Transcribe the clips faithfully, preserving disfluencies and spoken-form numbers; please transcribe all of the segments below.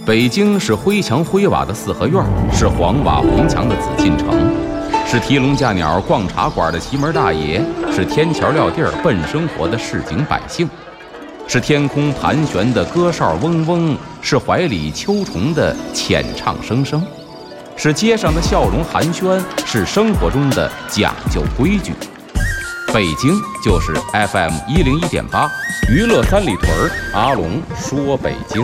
北京是灰墙灰瓦的四合院，是黄瓦红墙的紫禁城，是提笼架鸟逛茶馆的奇门大爷，是天桥撂地儿奔生活的市井百姓，是天空盘旋的歌哨嗡嗡，是怀里秋虫的浅唱声声，是街上的笑容寒暄，是生活中的讲究规矩。北京就是 F M 一零一点八，娱乐三里屯，阿龙说北京。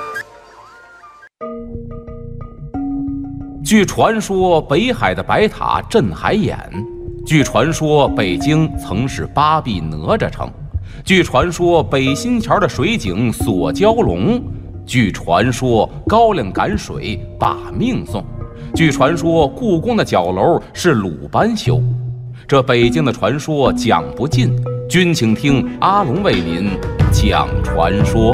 据传说，北海的白塔镇海眼；据传说，北京曾是八臂哪吒城；据传说，北新桥的水井锁蛟龙；据传说，高粱赶水把命送；据传说，故宫的角楼是鲁班修。这北京的传说讲不尽，君请听阿龙为您讲传说。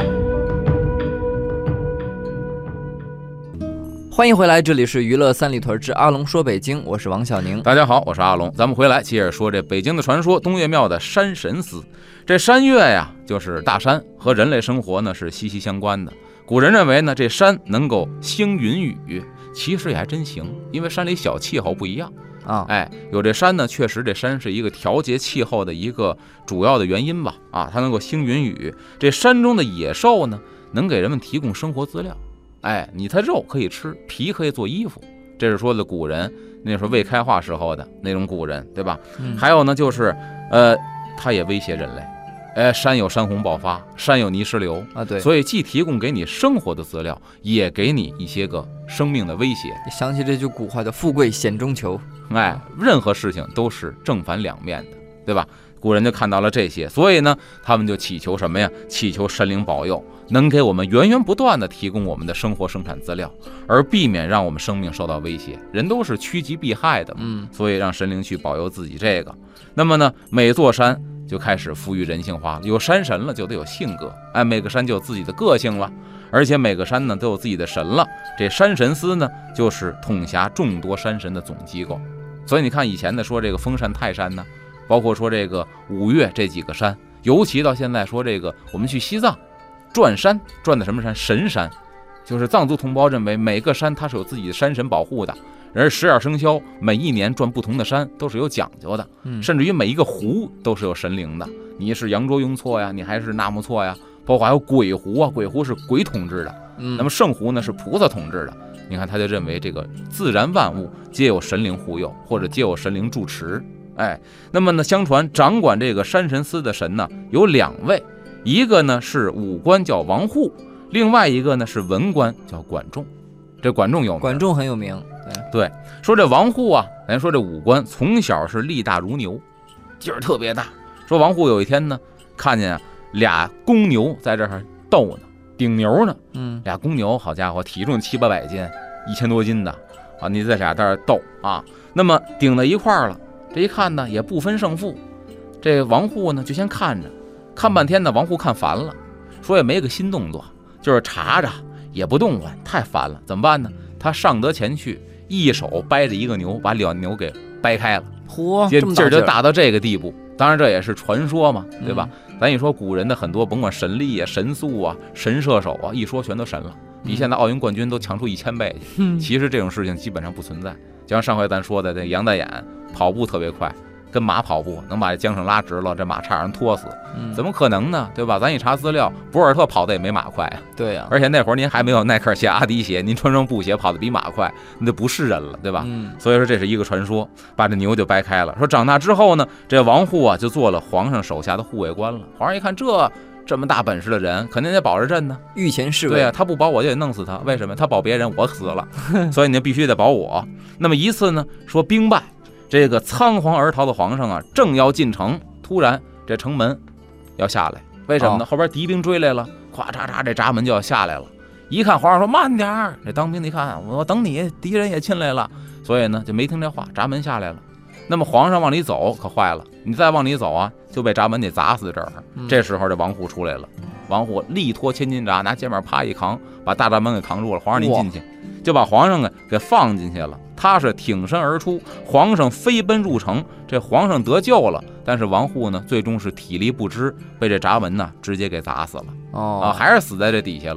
欢迎回来，这里是娱乐三里屯之阿龙说北京，我是王小宁。 大家好，我是阿龙，咱们回来接着说这北京的传说，东岳庙的山神司。这山岳呀，就是大山，和人类生活呢是息息相关的。古人认为呢，这山能够兴云雨，其实也还真行，因为山里小气候不一样啊。哎，有这山呢，确实这山是一个调节气候的一个主要的原因吧。啊，它能够兴云雨。这山中的野兽呢，能给人们提供生活资料。哎，你它肉可以吃，皮可以做衣服，这是说的古人那时候未开化时候的那种古人，对吧？嗯、还有呢，就是呃，它也威胁人类。哎，山有山洪爆发，山有泥石流啊，对， 所以既提供给你生活的资料，也给你一些个生命的威胁。 想起这句古话叫"富贵险中求"， 哎，任何事情都是正反两面的，对吧？古人就看到了这些，所以呢，他们就祈求什么呀？祈求神灵保佑，能给我们源源不断的提供我们的生活生产资料，而避免让我们生命受到威胁。人都是趋吉避害的嘛，嗯，所以让神灵去保佑自己这个。那么呢，每座山就开始赋予人性化了，有山神了就得有性格，哎，每个山就有自己的个性了，而且每个山呢都有自己的神了。这山神司呢，就是统辖众多山神的总机构。所以你看以前的说这个封山泰山呢。包括说这个五岳这几个山，尤其到现在说这个我们去西藏转山，转的什么山？神山，就是藏族同胞认为每个山它是有自己的山神保护的，而十二生肖每一年转不同的山都是有讲究的，嗯、甚至于每一个湖都是有神灵的。你是羊卓雍措呀，你还是纳木错呀，包括还有鬼湖啊，鬼湖是鬼统治的，嗯、那么圣湖呢是菩萨统治的。你看他就认为这个自然万物皆有神灵护佑，或者皆有神灵住持。哎，那么呢，相传掌管这个山神司的神呢有两位，一个呢是武官叫王护，另外一个呢是文官叫管仲。这管仲有名， 管仲很有名。 对，对，说这王护啊，咱说这武官从小是力大如牛，劲儿特别大。说王护有一天呢，看见啊俩公牛在这儿斗呢，顶牛呢，嗯，俩公牛，好家伙，体重七八百斤，一千多斤的啊，你这俩在这儿斗啊，那么顶在一块儿了。这一看呢，也不分胜负。这王护呢，就先看着，看半天呢，王护看烦了，说也没个新动作，就是查着也不动弹，太烦了，怎么办呢？他上得前去，一手掰着一个牛，把两牛给掰开了。 嚯， 劲儿就大到这个地步。当然这也是传说嘛，对吧？嗯、咱一说古人的很多，甭管神力啊、神速啊、神射手啊，一说全都神了，比现在奥运冠军都强出一千倍去。嗯、其实这种事情基本上不存在。就像上回咱说的，这杨大眼跑步特别快，跟马跑步能把这缰绳拉直了，这马差点拖死，嗯、怎么可能呢？对吧？咱一查资料，博尔特跑的也没马快啊。 对呀、啊， 而且那会儿您还没有耐克鞋、阿迪鞋，您穿双布鞋跑得比马快，那不是人了，对吧？嗯、所以说这是一个传说，把这牛就掰开了。说长大之后呢，这王护啊就做了皇上手下的护卫官了。皇上一看这。这么大本事的人，肯定得保着朕呢。 御前侍卫， 对啊，他不保我就得弄死他。为什么？他保别人，我死了，所以你必须得保我。那么一次呢，说兵败，这个仓皇而逃的皇上啊，正要进城，突然这城门要下来，为什么呢？哦、后边敌兵追来了，咵嚓嚓，这闸门就要下来了。一看皇上说慢点儿，这当兵的一看，我等你，敌人也进来了，所以呢就没听这话，闸门下来了。那么皇上往里走可坏了，你再往里走啊，就被闸门给砸死这儿。嗯、这时候这王护出来了，王护力托千斤闸，拿肩膀啪一扛，把大闸门给扛住了。皇上您进去，就把皇上给给放进去了。他是挺身而出，皇上飞奔入城，这皇上得救了。但是王护呢，最终是体力不支，被这闸门呢直接给砸死了。哦，啊，还是死在这底下了。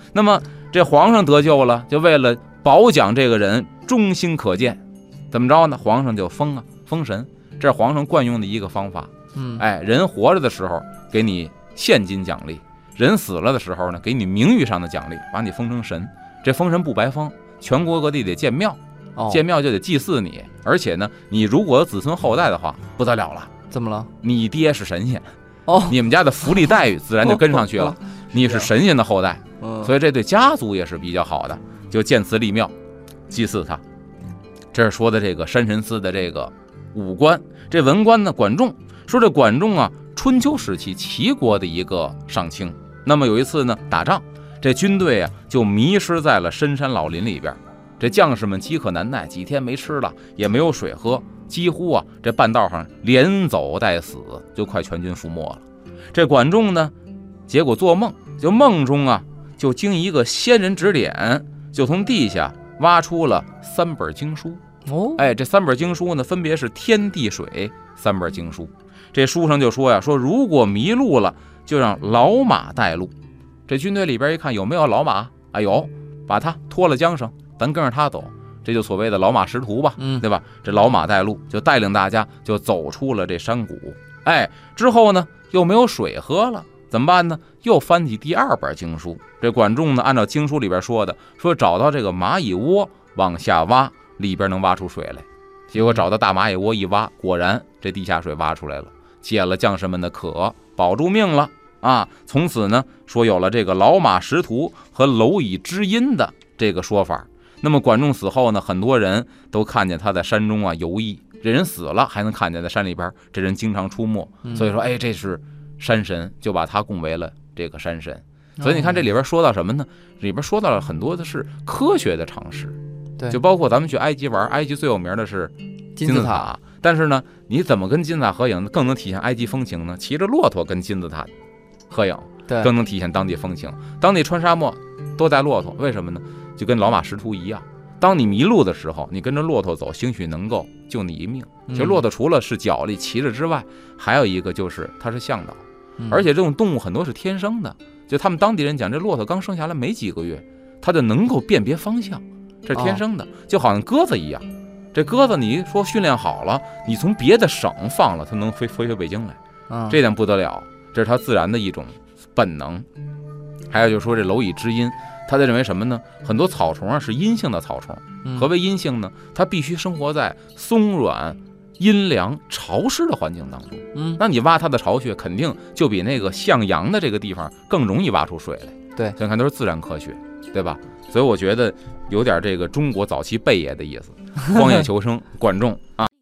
那么这皇上得救了，就为了保奖这个人忠心可见，怎么着呢？皇上就封啊，封神，这是皇上惯用的一个方法。 嗯， 哎，人活着的时候给你现金奖励，人死了的时候呢，给你名誉上的奖励，把你封成神。这封神不白封，全国各地得建庙， 哦、 建庙就得祭祀你，而且呢，你如果有子孙后代的话，不得了了。 怎么了？ 你爹是神仙， 哦， 你们家的福利待遇自然就跟上去了。哦、你是神仙的后代， 嗯、 所以这对家族也是比较好的，就建祠立庙，祭祀他。这是说的这个山神司的这个武官，这文官呢，管仲。说这管仲啊，春秋时期齐国的一个上卿。那么有一次呢，打仗，这军队啊就迷失在了深山老林里边。这将士们饥渴难耐，几天没吃了，也没有水喝，几乎啊这半道上连走带死，就快全军覆没了。这管仲呢，结果做梦，就梦中啊，就经一个仙人指点，就从地下挖出了三本经书。 哦， 哎，这三本经书呢，分别是天地水三本经书。这书上就说呀，说如果迷路了，就让老马带路。这军队里边一看有没有老马，哎有，把他拖了缰绳，咱跟着他走，这就所谓的老马识途吧， 嗯， 对吧？这老马带路，就带领大家就走出了这山谷。哎，之后呢又没有水喝了，怎么办呢？又翻起第二本经书。这管仲呢，按照经书里边说的，说找到这个蚂蚁窝，往下挖，里边能挖出水来。结果找到大蚂蚁窝一挖，果然这地下水挖出来了。解了将士们的渴，保住命了啊！从此呢，说有了这个老马识途和蝼蚁知音的这个说法。那么管仲死后呢，很多人都看见他在山中啊游弋，这人死了还能看见在山里边，这人经常出没，所以说，哎，这是山神，就把他供为了这个山神。所以你看这里边说到什么呢？里边说到了很多的是科学的常识， 对， 就包括咱们去埃及玩，埃及最有名的是金字塔。但是呢，你怎么跟金字塔合影更能体现埃及风情呢？骑着骆驼跟金字塔合影， 对， 更能体现当地风情。当地穿沙漠都带骆驼，为什么呢？就跟老马识途一样。当你迷路的时候，你跟着骆驼走，兴许能够救你一命。其实骆驼除了是脚力骑着之外，还有一个就是它是向导，而且这种动物很多是天生的。就他们当地人讲，这骆驼刚生下来没几个月，它就能够辨别方向，这是天生的，就好像鸽子一样。这鸽子你说训练好了，你从别的省放了，它能飞飞回北京来， 嗯、 这点不得了，这是它自然的一种本能。还有就是说这蝼蚁知音，他在认为什么呢？很多草虫啊是阴性的草虫，何为阴性呢？它必须生活在松软、阴凉、潮湿的环境当中。 嗯， 那你挖它的巢穴，肯定就比那个向阳的这个地方更容易挖出水来。 对， 所以看都是自然科学，对吧？所以我觉得有点这个中国早期贝爷的意思，荒野求生，管仲啊。